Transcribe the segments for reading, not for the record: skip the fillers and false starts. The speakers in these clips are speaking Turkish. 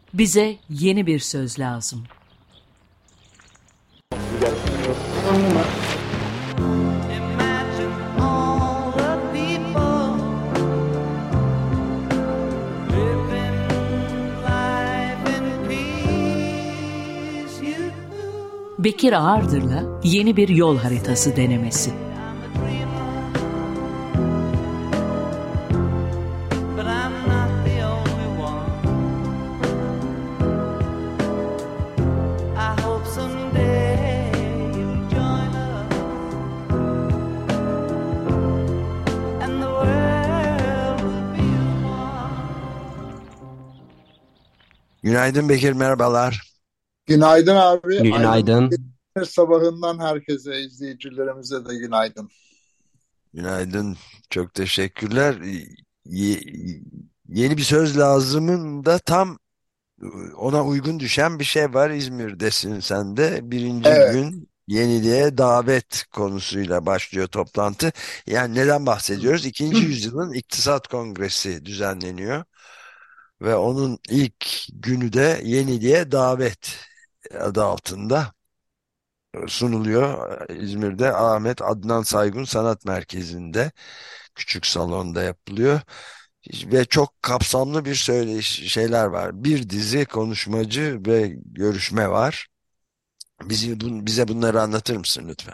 Bize yeni bir söz lazım. Bekir Ağırdır'la yeni bir yol haritası denemesi. Günaydın Bekir, merhabalar. Günaydın abi. Aydın Günaydın. sabahından herkese, izleyicilerimize de günaydın. Günaydın, çok teşekkürler. Ye- Yeni bir söz lazımın da tam ona uygun düşen bir şey var. İzmir'desin sen de. Birinci Evet. gün yeniliğe davet konusuyla başlıyor toplantı. Yani neden bahsediyoruz? İkinci yüzyılın İktisat Kongresi düzenleniyor. Ve onun ilk günü de yeniliğe davet adı altında sunuluyor. İzmir'de Ahmet Adnan Saygun Sanat Merkezi'nde küçük salonda yapılıyor ve çok kapsamlı bir şeyler var. Bir dizi konuşmacı ve görüşme var. Bize bunları anlatır mısın lütfen?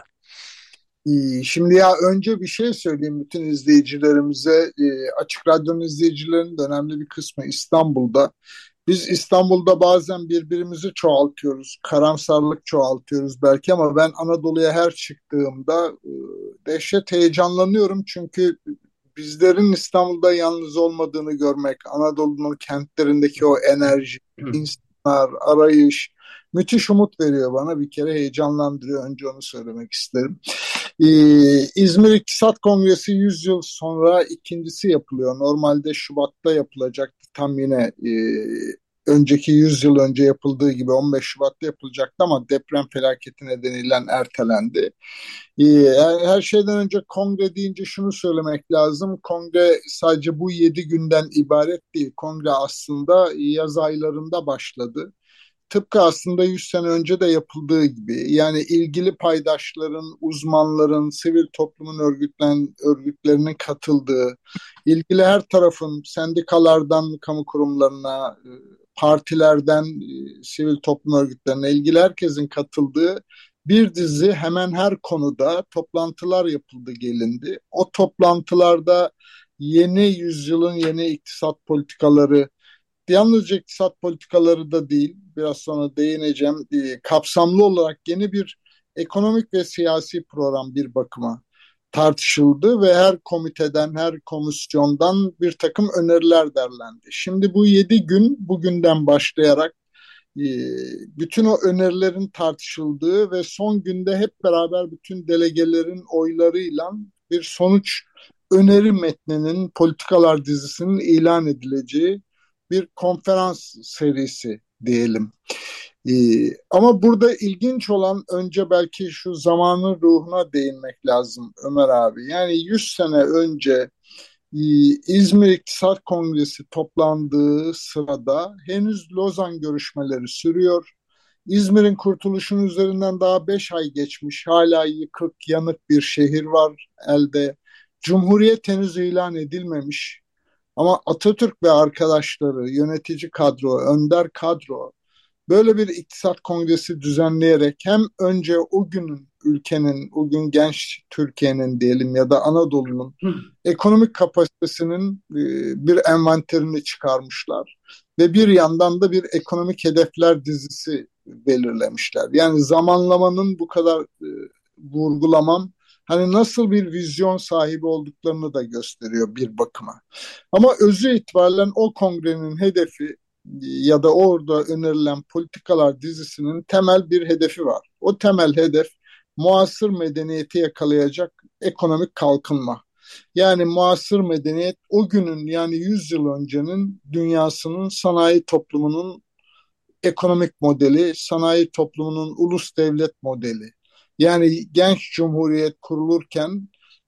Şimdi ya önce bir şey söyleyeyim bütün izleyicilerimize. Açık Radyo'nun izleyicilerinin de önemli bir kısmı İstanbul'da. Biz İstanbul'da bazen birbirimizi çoğaltıyoruz, karamsarlık çoğaltıyoruz belki ama ben Anadolu'ya her çıktığımda dehşet heyecanlanıyorum. Çünkü bizlerin İstanbul'da yalnız olmadığını görmek, Anadolu'nun kentlerindeki o enerji, insanlar, arayış müthiş umut veriyor bana. Bir kere heyecanlandırıyor. Önce onu söylemek isterim. İzmir İktisat Kongresi 100 yıl sonra ikincisi yapılıyor. Normalde Şubat'ta yapılacaktı. Tam yine önceki 100 yıl önce yapıldığı gibi 15 Şubat'ta yapılacaktı ama deprem felaketi nedeniyle ertelendi. Her şeyden önce kongre deyince şunu söylemek lazım. Kongre sadece bu 7 günden ibaret değil. Kongre aslında yaz aylarında başladı. Tıpkı aslında 100 sene önce de yapıldığı gibi yani ilgili paydaşların, uzmanların, sivil toplumun örgütlerinin katıldığı, ilgili her tarafın sendikalardan kamu kurumlarına, partilerden sivil toplum örgütlerine ilgili herkesin katıldığı bir dizi hemen her konuda toplantılar yapıldı gelindi. O toplantılarda yeni yüzyılın yeni iktisat politikaları, yalnızca iktisat politikaları da değil, biraz sonra değineceğim, kapsamlı olarak yeni bir ekonomik ve siyasi program bir bakıma tartışıldı ve her komiteden, her komisyondan bir takım öneriler derlendi. Şimdi bu 7 gün, bugünden başlayarak e, bütün o önerilerin tartışıldığı ve son günde hep beraber bütün delegelerin oylarıyla bir sonuç öneri metninin, politikalar dizisinin ilan edileceği bir konferans serisi diyelim. Ama burada ilginç olan önce belki şu zamanın ruhuna değinmek lazım Ömer abi. Yani 100 sene önce e, İzmir İktisat Kongresi toplandığı sırada henüz Lozan görüşmeleri sürüyor. İzmir'in kurtuluşunun üzerinden daha 5 ay geçmiş. Hala yıkık, yanık bir şehir var elde. Cumhuriyet henüz ilan edilmemiş. Ama Atatürk ve arkadaşları, yönetici kadro, önder kadro böyle bir iktisat kongresi düzenleyerek hem önce o günün ülkenin, o gün genç Türkiye'nin diyelim ya da Anadolu'nun ekonomik kapasitesinin bir envanterini çıkarmışlar ve bir yandan da bir ekonomik hedefler dizisi belirlemişler. Yani zamanlamanın bu kadar vurgulamam hani nasıl bir vizyon sahibi olduklarını da gösteriyor bir bakıma. Ama özü itibaren o kongrenin hedefi ya da orada önerilen politikalar dizisinin temel bir hedefi var. O temel hedef muasır medeniyeti yakalayacak ekonomik kalkınma. Yani muasır medeniyet o günün yani 100 yıl öncenin dünyasının sanayi toplumunun ekonomik modeli, sanayi toplumunun ulus devlet modeli. Yani genç cumhuriyet kurulurken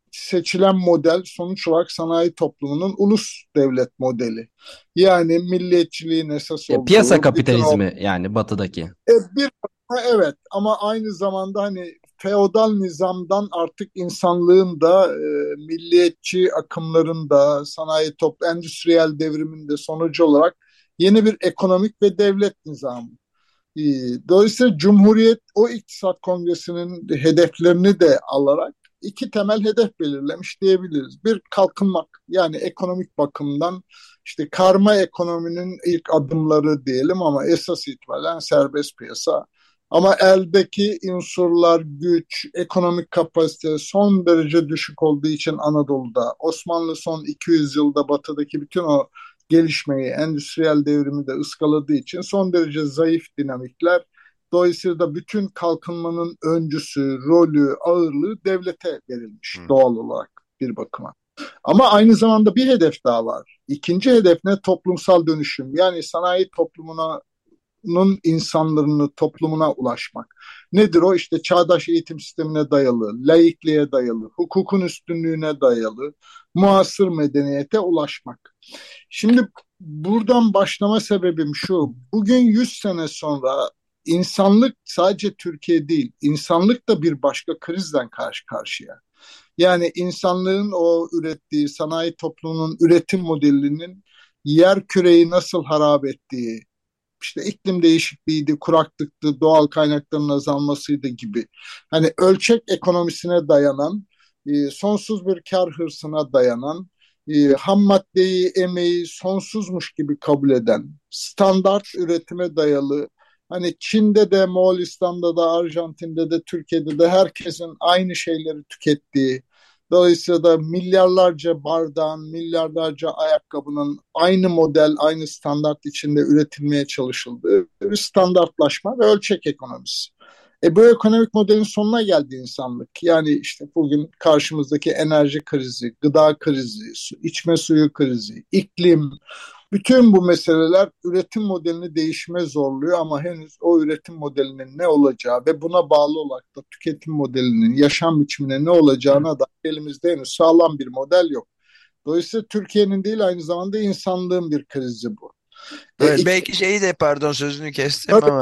seçilen model sonuç olarak sanayi toplumunun ulus devlet modeli. Yani milliyetçiliğin esas Piyasa olduğu bütün o kapitalizmi yani batıdaki. bir evet, ama aynı zamanda hani feodal nizamdan artık insanlığın da milliyetçi akımların da endüstriyel devrimin de sonucu olarak yeni bir ekonomik ve devlet nizamı. E, Dolayısıyla Cumhuriyet o İktisat Kongresi'nin hedeflerini de alarak iki temel hedef belirlemiş diyebiliriz. Bir, kalkınmak, yani ekonomik bakımdan işte karma ekonominin ilk adımları diyelim ama esas itibaren serbest piyasa. Ama eldeki unsurlar, güç, ekonomik kapasite son derece düşük olduğu için Anadolu'da, Osmanlı son 200 yılda batıdaki bütün o gelişmeyi, endüstriyel devrimi de ıskaladığı için son derece zayıf dinamikler. Dolayısıyla da bütün kalkınmanın öncüsü, rolü, ağırlığı devlete verilmiş Hı. doğal olarak bir bakıma. Ama aynı zamanda bir hedef daha var. İkinci hedef ne? Toplumsal dönüşüm. Yani sanayi toplumunun insanlarını toplumuna ulaşmak. Nedir o? İşte çağdaş eğitim sistemine dayalı, laikliğe dayalı, hukukun üstünlüğüne dayalı, muasır medeniyete ulaşmak. Şimdi buradan başlama sebebim şu. Bugün 100 sene sonra insanlık sadece Türkiye değil, insanlık da bir başka krizden karşı karşıya. Yani insanlığın o ürettiği sanayi toplumunun üretim modelinin yer küreyi nasıl harap ettiği, işte iklim değişikliğiydi, kuraklıktı, doğal kaynakların azalmasıydı gibi. Hani ölçek ekonomisine dayanan, sonsuz bir kar hırsına dayanan, ham maddeyi, emeği sonsuzmuş gibi kabul eden, standart üretime dayalı, hani Çin'de de, Moğolistan'da da, Arjantin'de de, Türkiye'de de herkesin aynı şeyleri tükettiği, dolayısıyla da milyarlarca bardağın, milyarlarca ayakkabının aynı model, aynı standart içinde üretilmeye çalışıldığı bir standartlaşma ve ölçek ekonomisi. Bu ekonomik modelin sonuna geldi insanlık. Yani işte bugün karşımızdaki enerji krizi, gıda krizi, içme suyu krizi, iklim, bütün bu meseleler üretim modelini değişime zorluyor ama henüz o üretim modelinin ne olacağı ve buna bağlı olarak da tüketim modelinin, yaşam biçimine ne olacağına da elimizde henüz sağlam bir model yok. Dolayısıyla Türkiye'nin değil, aynı zamanda insanlığın bir krizi bu. Evet, İki, belki şeyi de, pardon sözünü kestim tabii ama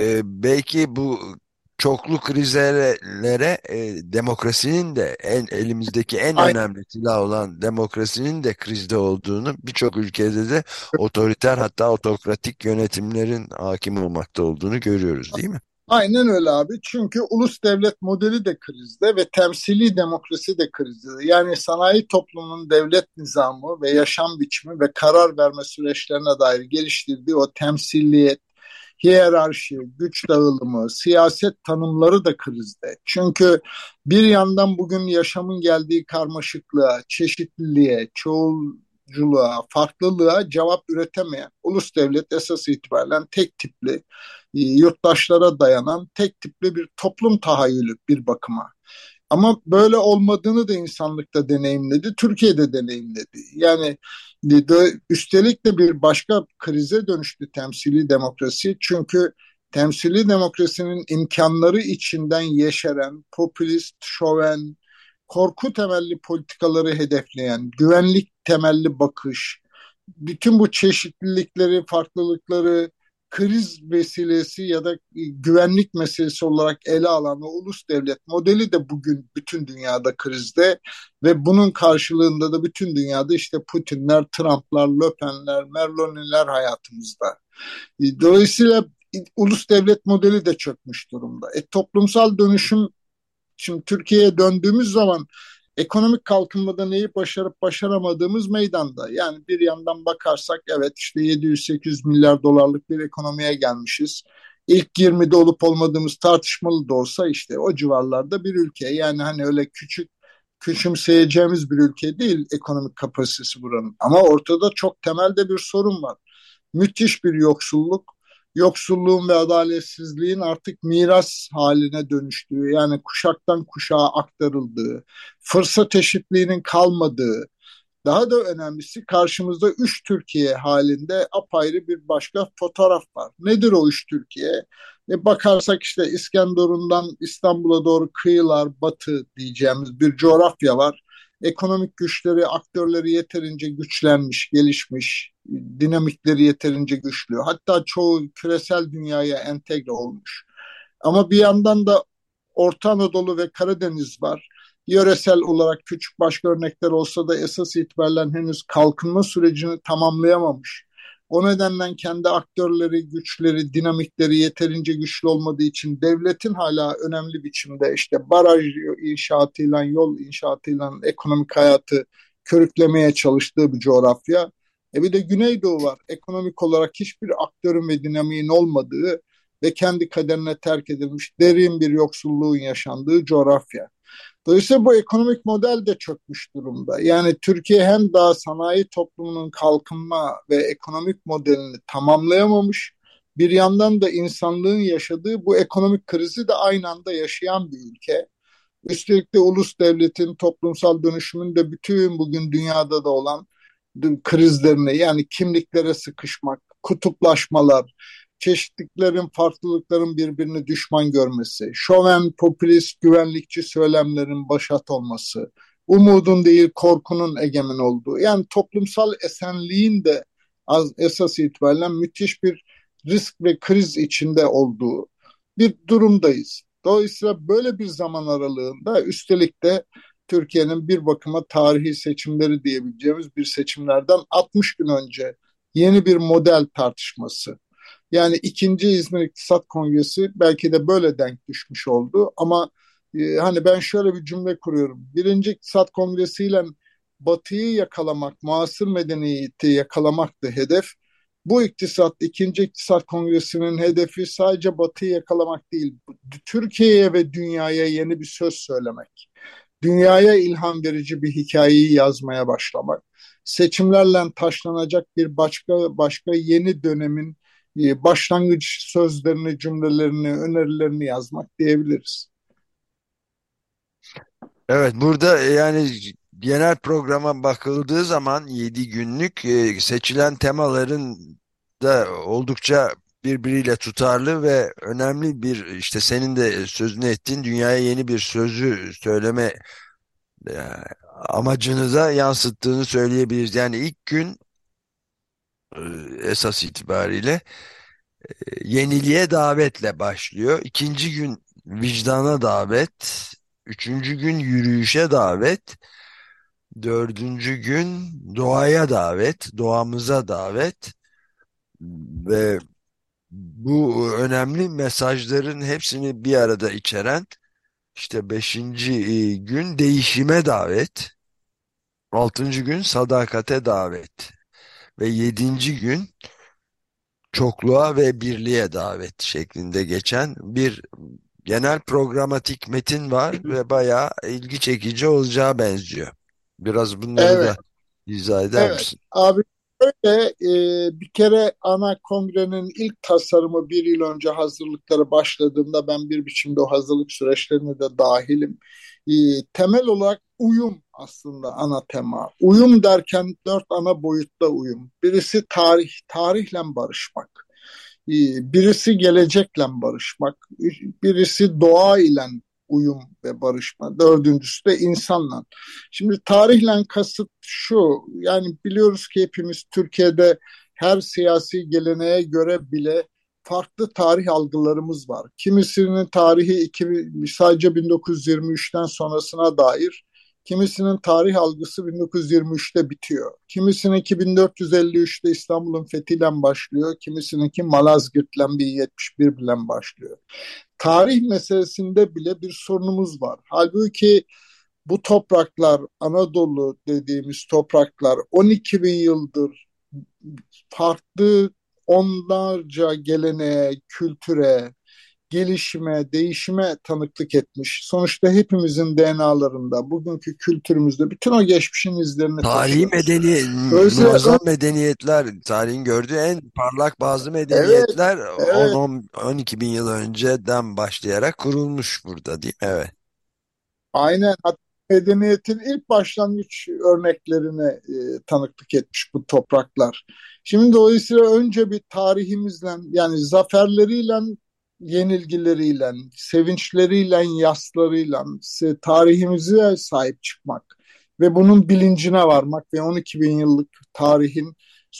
belki bu çoklu krizlere demokrasinin de elimizdeki en aynı, önemli silah olan demokrasinin de krizde olduğunu, birçok ülkede de otoriter hatta otokratik yönetimlerin hakim olmakta olduğunu görüyoruz, değil mi? aynen öyle abi. Çünkü ulus devlet modeli de krizde ve temsili demokrasi de krizde. Yani sanayi toplumunun devlet nizamı ve yaşam biçimi ve karar verme süreçlerine dair geliştirdiği o temsilliyet, hiyerarşi, güç dağılımı, siyaset tanımları da krizde. Çünkü bir yandan bugün yaşamın geldiği karmaşıklığa, çeşitliliğe, çoğulculuğa, farklılığa cevap üretemeyen ulus devlet esas itibaren tek tipli, yurttaşlara dayanan tek tipli bir toplum tahayyülü bir bakıma. Ama böyle olmadığını da insanlıkta deneyimledi, Türkiye'de deneyimledi. Yani üstelik de bir başka krize dönüştü temsili demokrasi. Çünkü temsili demokrasinin imkanları içinden yeşeren, popülist, şoven, korku temelli politikaları hedefleyen, güvenlik temelli bakış, bütün bu çeşitlilikleri, farklılıkları kriz vesilesi ya da güvenlik meselesi olarak ele alan o ulus devlet modeli de bugün bütün dünyada krizde ve bunun karşılığında da bütün dünyada işte Putinler, Trumplar, Le Pen'ler, Meloni'ler hayatımızda. Dolayısıyla ulus devlet modeli de çökmüş durumda. Toplumsal dönüşüm, şimdi Türkiye'ye döndüğümüz zaman ekonomik kalkınmada neyi başarıp başaramadığımız meydanda. Yani bir yandan bakarsak evet işte 700-800 milyar dolarlık bir ekonomiye gelmişiz. İlk 20'de olup olmadığımız tartışmalı da olsa işte o civarlarda bir ülke. Yani hani öyle küçümseyeceğimiz bir ülke değil ekonomik kapasitesi buranın. Ama ortada çok temelde bir sorun var. Müthiş bir yoksulluk, yoksulluğun ve adaletsizliğin artık miras haline dönüştüğü, yani kuşaktan kuşağa aktarıldığı, fırsat eşitliğinin kalmadığı, daha da önemlisi karşımızda üç Türkiye halinde apayrı bir başka fotoğraf var. Nedir o üç Türkiye? Bakarsak işte İskenderun'dan İstanbul'a doğru kıyılar, batı diyeceğimiz bir coğrafya var. Ekonomik güçleri, aktörleri yeterince güçlenmiş, gelişmiş, dinamikleri yeterince güçlü. Hatta çoğu küresel dünyaya entegre olmuş. Ama bir yandan da Orta Anadolu ve Karadeniz var. Yöresel olarak küçük başka örnekler olsa da esas itibaren henüz kalkınma sürecini tamamlayamamış. O nedenle kendi aktörleri, güçleri, dinamikleri yeterince güçlü olmadığı için devletin hala önemli biçimde işte baraj inşaatıyla, yol inşaatıyla ekonomik hayatı körüklemeye çalıştığı bir coğrafya. Bir de Güneydoğu var. Ekonomik olarak hiçbir aktörün ve dinamiğin olmadığı ve kendi kaderine terk edilmiş derin bir yoksulluğun yaşandığı coğrafya. Dolayısıyla bu ekonomik model de çökmüş durumda. Yani Türkiye hem daha sanayi toplumunun kalkınma ve ekonomik modelini tamamlayamamış, bir yandan da insanlığın yaşadığı bu ekonomik krizi de aynı anda yaşayan bir ülke. Üstelik de ulus devletin toplumsal dönüşümünde bütün bugün dünyada da olan krizlerine yani kimliklere sıkışmak, kutuplaşmalar, çeşitliklerin, farklılıkların birbirini düşman görmesi, şoven, popülist, güvenlikçi söylemlerin başat olması, umudun değil korkunun egemen olduğu, yani toplumsal esenliğin de esas itibariyle müthiş bir risk ve kriz içinde olduğu bir durumdayız. Dolayısıyla böyle bir zaman aralığında üstelik de Türkiye'nin bir bakıma tarihi seçimleri diyebileceğimiz bir seçimlerden 60 gün önce yeni bir model tartışması. Yani ikinci İzmir İktisat Kongresi belki de böyle denk düşmüş oldu ama hani ben şöyle bir cümle kuruyorum. Birinci İktisat Kongresi ile Batı'yı yakalamak, muasır medeniyeti yakalamaktı hedef. Bu ikinci iktisat kongresinin hedefi sadece Batı'yı yakalamak değil, Türkiye'ye ve dünyaya yeni bir söz söylemek, dünyaya ilham verici bir hikayeyi yazmaya başlamak, seçimlerle taşlanacak bir başka yeni dönemin başlangıç sözlerini, cümlelerini, önerilerini yazmak diyebiliriz. Evet, burada yani genel programa bakıldığı zaman 7 günlük seçilen temaların da oldukça birbiriyle tutarlı ve önemli bir işte senin de sözünü ettiğin dünyaya yeni bir sözü söyleme e, amacını da yansıttığını söyleyebiliriz. Yani ilk gün e, esas itibariyle yeniliğe davetle başlıyor. İkinci gün vicdana davet. Üçüncü gün yürüyüşe davet. Dördüncü gün doğaya davet, doğamıza davet ve bu önemli mesajların hepsini bir arada içeren işte beşinci gün değişime davet, altıncı gün sadakate davet ve yedinci gün çokluğa ve birliğe davet şeklinde geçen bir genel programatik metin var ve bayağı ilgi çekici olacağı benziyor. Biraz bunları Evet, da izah eder evet. misin? Abi öyle bir kere ana kongrenin ilk tasarımı bir yıl önce hazırlıkları başladığında ben bir biçimde o hazırlık süreçlerine de dahilim. E, Temel olarak uyum aslında ana tema. Uyum derken dört ana boyutta uyum. Birisi tarih, tarihle barışmak. Birisi gelecekle barışmak, birisi doğa ile uyum ve barışma, dördüncüsü de insanla. Şimdi tarihle kasıt şu, yani biliyoruz ki hepimiz Türkiye'de her siyasi geleneğe göre bile farklı tarih algılarımız var. Kimisinin tarihi sadece 1923'ten sonrasına dair, kimisinin tarih algısı 1923'te bitiyor. Kimisininki 1453'te İstanbul'un fethiyle başlıyor. Kimisininki Malazgirt'le 1071 ile başlıyor. Tarih meselesinde bile bir sorunumuz var. Halbuki bu topraklar, Anadolu dediğimiz topraklar 12 bin yıldır farklı onlarca geleneğe, kültüre, gelişime, değişime tanıklık etmiş. Sonuçta hepimizin DNA'larında, bugünkü kültürümüzde bütün o geçmişin izlerini Tarihi taşıyoruz. medeni, Dolayısıyla muazzam medeniyetler, tarihin gördüğü en parlak bazı evet, medeniyetler evet, 10-12 bin yıl önceden başlayarak kurulmuş burada değil mi? Evet. aynen. Hatta medeniyetin ilk başlangıç örneklerine tanıklık etmiş bu topraklar. Şimdi dolayısıyla önce bir tarihimizle yani zaferleriyle, yenilgileriyle, sevinçleriyle, yaslarıyla tarihimize sahip çıkmak ve bunun bilincine varmak ve 12 bin yıllık tarihin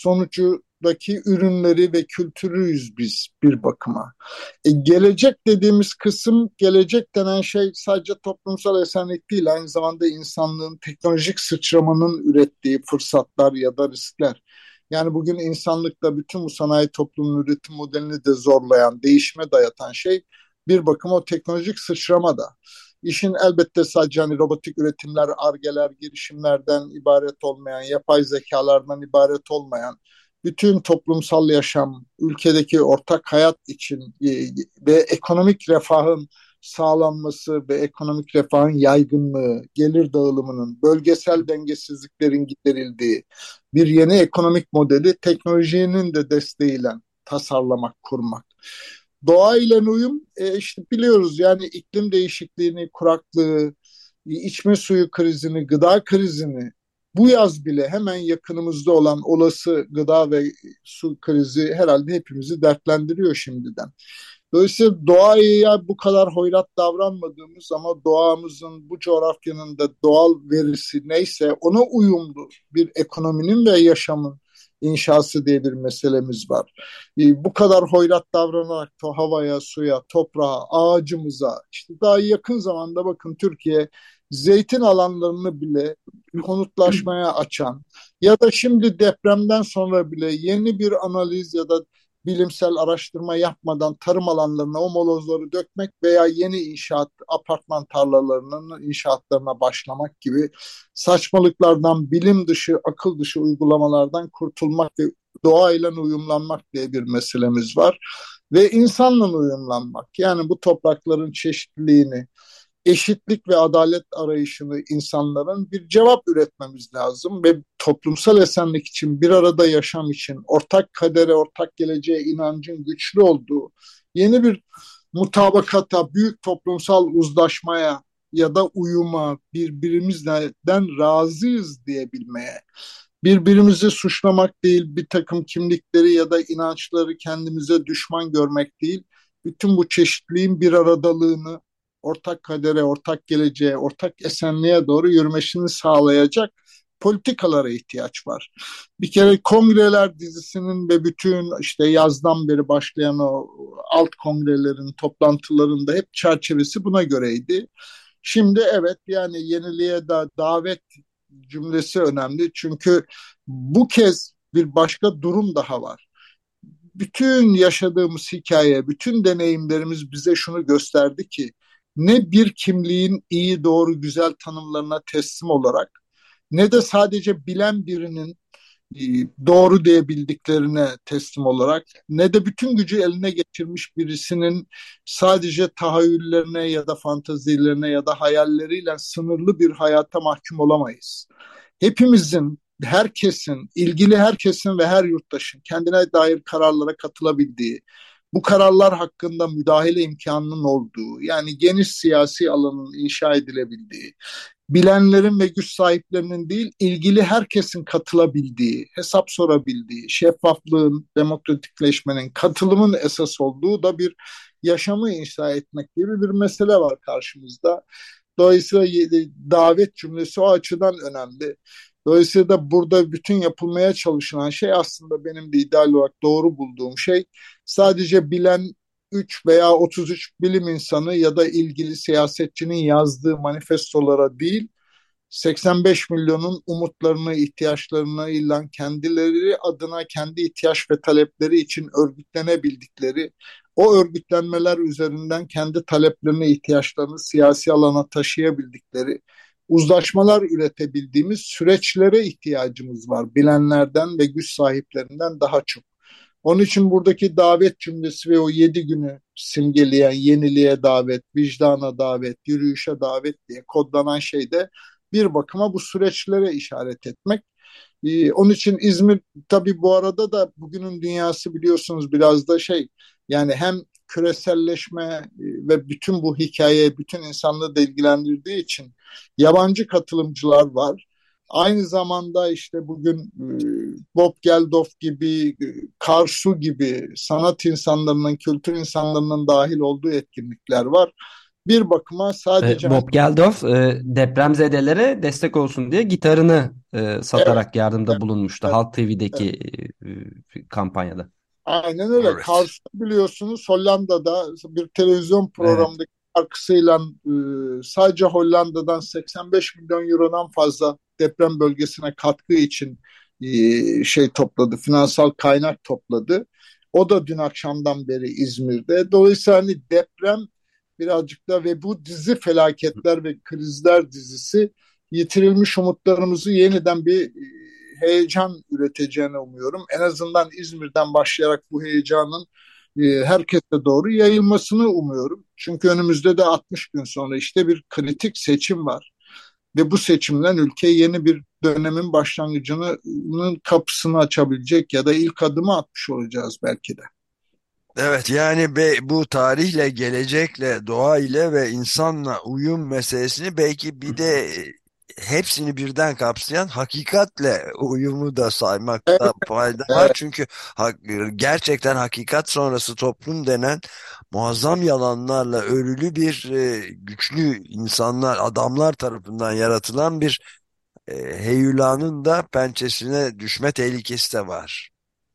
sonucundaki ürünleri ve kültürüyüz biz bir bakıma. Gelecek dediğimiz kısım, gelecek denen şey sadece toplumsal esenlik değil, aynı zamanda insanlığın teknolojik sıçramanın ürettiği fırsatlar ya da riskler. Yani bugün insanlıkla bütün bu sanayi toplumunun üretim modelini de zorlayan, değişime dayatan şey bir bakıma o teknolojik sıçrama da. İşin elbette sadece hani robotik üretimler, argeler, girişimlerden ibaret olmayan, yapay zekalardan ibaret olmayan, bütün toplumsal yaşam, ülkedeki ortak hayat için ve ekonomik refahın sağlanması ve ekonomik refahın yaygınlığı, gelir dağılımının, bölgesel dengesizliklerin giderildiği bir yeni ekonomik modeli teknolojinin de desteğiyle tasarlamak, kurmak. Doğa ile uyum, işte biliyoruz yani iklim değişikliğini, kuraklığı, içme suyu krizini, gıda krizini, bu yaz bile hemen yakınımızda olan olası gıda ve su krizi herhalde hepimizi dertlendiriyor şimdiden. Dolayısıyla doğaya bu kadar hoyrat davranmadığımız ama doğamızın, bu coğrafyanın da doğal verisi neyse ona uyumlu bir ekonominin ve yaşamın inşası diye bir meselemiz var. Bu kadar hoyrat davranarak havaya, suya, toprağa, ağacımıza, işte daha yakın zamanda bakın Türkiye zeytin alanlarını bile konutlaşmaya açan ya da şimdi depremden sonra bile yeni bir analiz ya da bilimsel araştırma yapmadan tarım alanlarına o molozları dökmek veya yeni inşaat, apartman tarlalarının inşaatlarına başlamak gibi saçmalıklardan, bilim dışı, akıl dışı uygulamalardan kurtulmak ve doğayla uyumlanmak diye bir meselemiz var. Ve insanla uyumlanmak. Yani bu toprakların çeşitliliğini, eşitlik ve adalet arayışını insanların bir cevap üretmemiz lazım ve toplumsal esenlik için, bir arada yaşam için, ortak kadere, ortak geleceğe inancın güçlü olduğu yeni bir mutabakata, büyük toplumsal uzlaşmaya ya da uyuma, birbirimizden razıyız diyebilmeye, birbirimizi suçlamak değil, bir takım kimlikleri ya da inançları kendimize düşman görmek değil, bütün bu çeşitliliğin bir aradalığını ortak kadere, ortak geleceğe, ortak esenliğe doğru yürümesini sağlayacak politikalara ihtiyaç var. Bir kere kongreler dizisinin ve bütün işte yazdan beri başlayan o alt kongrelerin toplantılarında hep çerçevesi buna göreydi. Şimdi evet yani yeniliğe da davet cümlesi önemli. Çünkü bu kez bir başka durum daha var. Bütün yaşadığımız hikaye, bütün deneyimlerimiz bize şunu gösterdi ki ne bir kimliğin iyi, doğru, güzel tanımlarına teslim olarak ne de sadece bilen birinin e, doğru diyebildiklerine teslim olarak ne de bütün gücü eline geçirmiş birisinin sadece tahayyüllerine ya da fantazilerine ya da hayalleriyle sınırlı bir hayata mahkum olamayız. Hepimizin, herkesin, ilgili herkesin ve her yurttaşın kendine dair kararlara katılabildiği, bu kararlar hakkında müdahale imkanının olduğu, yani geniş siyasi alanın inşa edilebildiği, bilenlerin ve güç sahiplerinin değil, ilgili herkesin katılabildiği, hesap sorabildiği, şeffaflığın, demokratikleşmenin, katılımın esas olduğu da bir yaşamı inşa etmek gibi bir mesele var karşımızda. Dolayısıyla davet cümlesi o açıdan önemli. Dolayısıyla da burada bütün yapılmaya çalışılan şey aslında benim de ideal olarak doğru bulduğum şey sadece bilen 3 veya 33 bilim insanı ya da ilgili siyasetçinin yazdığı manifestolara değil, 85 milyonun umutlarını, ihtiyaçlarını ilan kendileri adına kendi ihtiyaç ve talepleri için örgütlenebildikleri, o örgütlenmeler üzerinden kendi taleplerini, ihtiyaçlarını siyasi alana taşıyabildikleri, uzlaşmalar üretebildiğimiz süreçlere ihtiyacımız var. Bilenlerden ve güç sahiplerinden daha çok. Onun için buradaki davet cümlesi ve o 7 günü simgeleyen yeniliğe davet, vicdana davet, yürüyüşe davet diye kodlanan şey de bir bakıma bu süreçlere işaret etmek. Onun için İzmir tabii bu arada da bugünün dünyası biliyorsunuz biraz da şey yani hem küreselleşme ve bütün bu hikaye bütün insanlığı da ilgilendirdiği için yabancı katılımcılar var. Aynı zamanda işte bugün Bob Geldof gibi, Karsu gibi sanat insanlarının, kültür insanlarının dahil olduğu etkinlikler var. bir bakıma sadece hani, Bob Geldof depremzedelere destek olsun diye gitarını evet, satarak yardımda bulunmuştu evet, Halk evet. TV'deki kampanyada. Aynen öyle. Evet. Kars'ta biliyorsunuz Hollanda'da bir televizyon Evet. programındaki şarkısıyla sadece Hollanda'dan 85 milyon eurodan fazla deprem bölgesine katkı için şey topladı, finansal kaynak topladı. O da dün akşamdan beri İzmir'de. Dolayısıyla hani deprem birazcık da ve bu dizi felaketler ve krizler dizisi yitirilmiş umutlarımızı yeniden bir heyecan üreteceğini umuyorum. En azından İzmir'den başlayarak bu heyecanın herkese doğru yayılmasını umuyorum. Çünkü önümüzde de 60 gün sonra işte bir kritik seçim var. Ve bu seçimden ülke yeni bir dönemin başlangıcının kapısını açabilecek ya da ilk adımı atmış olacağız belki de. Evet, yani bu tarihle, gelecekle, doğa ile ve insanla uyum meselesini belki bir de hepsini birden kapsayan hakikatle uyumu da Evet, saymakta fayda var. evet, Çünkü gerçekten hakikat sonrası toplum denen muazzam yalanlarla örülü bir güçlü insanlar, adamlar tarafından yaratılan bir heyulanın da pençesine düşme tehlikesi de var.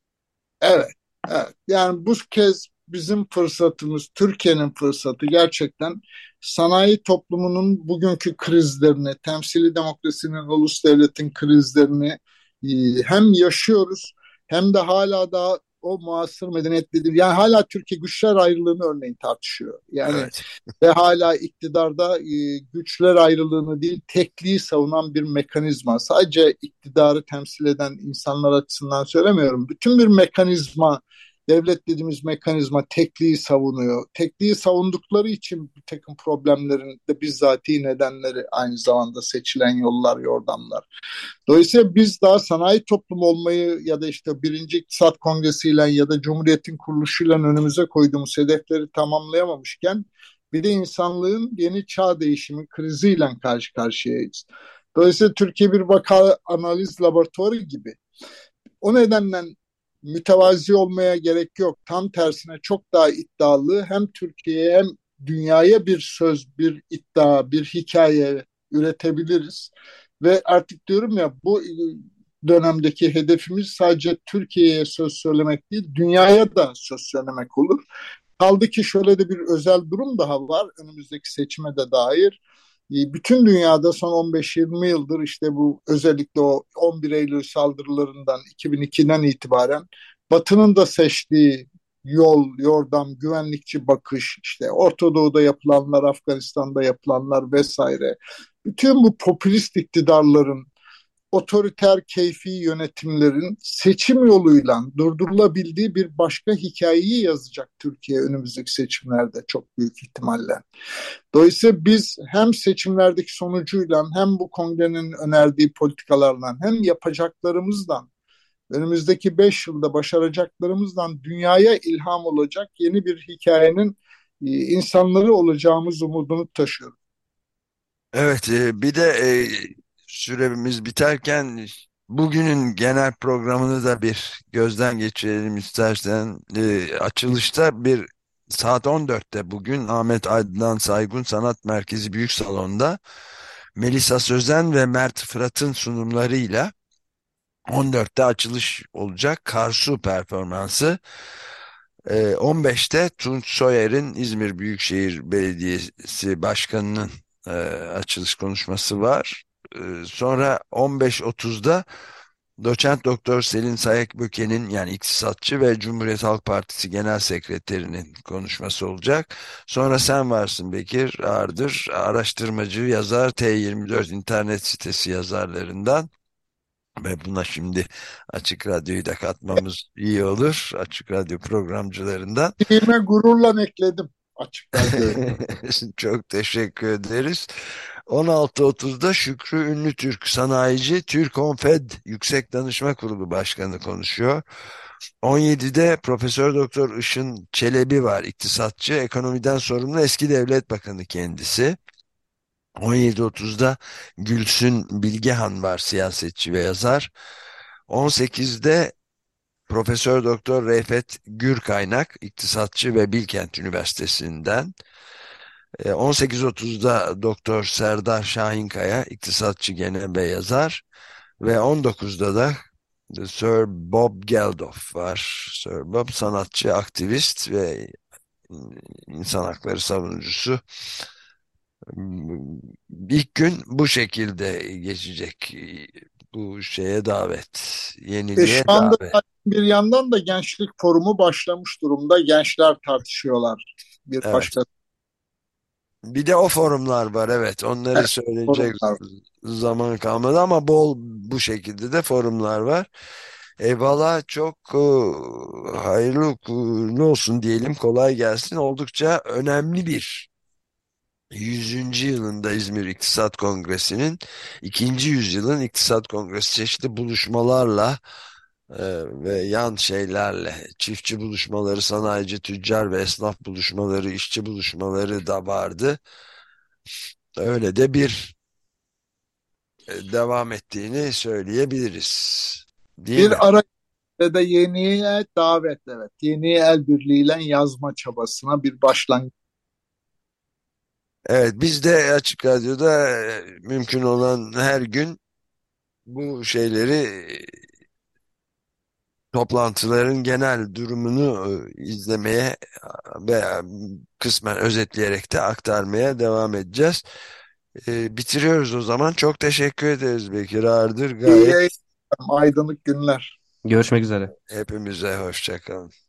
evet, evet. Yani bu kez bizim fırsatımız, Türkiye'nin fırsatı gerçekten sanayi toplumunun bugünkü krizlerini, temsili demokrasinin, ulus devletin krizlerini hem yaşıyoruz hem de hala da o muasır medeniyet dediğim, yani hala Türkiye güçler ayrılığını örneğin tartışıyor. Yani Evet. ve hala iktidarda güçler ayrılığını değil tekliği savunan bir mekanizma. Sadece iktidarı temsil eden insanlar açısından söylemiyorum. Bütün bir mekanizma, devlet dediğimiz mekanizma tekliği savunuyor. Tekliği savundukları için bir takım problemlerin de bizzati nedenleri aynı zamanda seçilen yollar, yordamlar. Dolayısıyla biz daha sanayi toplumu olmayı ya da işte birinci İktisat Kongresi'yle ya da Cumhuriyet'in kuruluşuyla önümüze koyduğumuz hedefleri tamamlayamamışken bir de insanlığın yeni çağ değişimi kriziyle karşı karşıyayız. Dolayısıyla Türkiye bir vaka analiz laboratuvarı gibi. O nedenle mütevazi olmaya gerek yok. Tam tersine çok daha iddialı hem Türkiye'ye hem dünyaya bir söz, bir iddia, bir hikaye üretebiliriz. Ve artık diyorum ya bu dönemdeki hedefimiz sadece Türkiye'ye söz söylemek değil, dünyaya da söz söylemek olur. Kaldı ki şöyle de bir özel durum daha var önümüzdeki seçime de dair. Bütün dünyada son 15-20 yıldır işte bu özellikle o 11 Eylül saldırılarından 2002'den itibaren Batı'nın da seçtiği yol, yordam, güvenlikçi bakış, işte Orta Doğu'da yapılanlar, Afganistan'da yapılanlar vesaire. Bütün bu popülist iktidarların otoriter keyfi yönetimlerin seçim yoluyla durdurulabildiği bir başka hikayeyi yazacak Türkiye önümüzdeki seçimlerde çok büyük ihtimalle. Dolayısıyla biz hem seçimlerdeki sonucuyla hem bu kongrenin önerdiği politikalarla hem yapacaklarımızdan önümüzdeki 5 yılda başaracaklarımızdan dünyaya ilham olacak yeni bir hikayenin insanları olacağımız umudunu taşıyoruz. Evet, bir de süremiz biterken bugünün genel programını da bir gözden geçirelim istersen. Açılışta bir saat 14'te bugün Ahmet Adnan Saygun Sanat Merkezi Büyük Salon'da Melisa Sözen ve Mert Fırat'ın sunumlarıyla 14'te açılış olacak Karsu performansı. 15'te Tunç Soyer'in İzmir Büyükşehir Belediyesi Başkanı'nın açılış konuşması var. Sonra 15.30'da Doçent Doktor Selin Sayekböke'nin yani iktisatçı ve Cumhuriyet Halk Partisi Genel Sekreterinin konuşması olacak. Sonra sen varsın Bekir Ardır, araştırmacı, yazar, T24 internet sitesi yazarlarından. Ve buna şimdi Açık Radyo'yu da katmamız iyi olur. Açık Radyo programcılarından. Kime gururla ekledim açık radyoyu. Çok teşekkür ederiz. 16.30'da Şükrü Ünlütürk sanayici Türkonfed Yüksek Danışma Kurulu Başkanı konuşuyor. 17'de Profesör Doktor Işın Çelebi var, iktisatçı, ekonomiden sorumlu eski devlet bakanı kendisi. 17.30'da Gülsün Bilgehan var, siyasetçi ve yazar. 18'de Profesör Doktor Reifet Gürkaynak, iktisatçı ve Bilkent Üniversitesi'nden. 18.30'da Doktor Serdar Şahinkaya, iktisatçı gene ve yazar. Ve 19'da da Sir Bob Geldof var. Sir Bob sanatçı, aktivist ve insan hakları savunucusu. İlk gün bu şekilde geçecek. Bu şeye davet, Şu yeniliğe anda davet. bir yandan da gençlik forumu başlamış durumda. Gençler tartışıyorlar. Bir Evet. başka Bir de o forumlar var, evet. Onları söyleyecek forumlar. zaman kalmadı ama bol bu şekilde de forumlar var. Eyvallah, çok hayırlı uğurlu olsun diyelim, kolay gelsin. Oldukça önemli bir 100. yılında İzmir İktisat Kongresi'nin, ikinci yüzyılın İktisat Kongresi çeşitli buluşmalarla ve yan şeylerle, çiftçi buluşmaları, sanayici, tüccar ve esnaf buluşmaları, işçi buluşmaları da vardı. Öyle de bir devam ettiğini söyleyebiliriz. Değil mi? Bir ara ve de yeniye davet, evet. Yeni el birliğiyle yazma çabasına bir başlangıç. Evet, biz de Açık Radyo'da mümkün olan her gün bu şeyleri, toplantıların genel durumunu izlemeye veya kısmen özetleyerek de aktarmaya devam edeceğiz. Bitiriyoruz o zaman. Çok teşekkür ederiz Bekir Ardır. İyi Gayet yayınlar, aydınlık günler. Görüşmek üzere. hepimize hoşça kalın.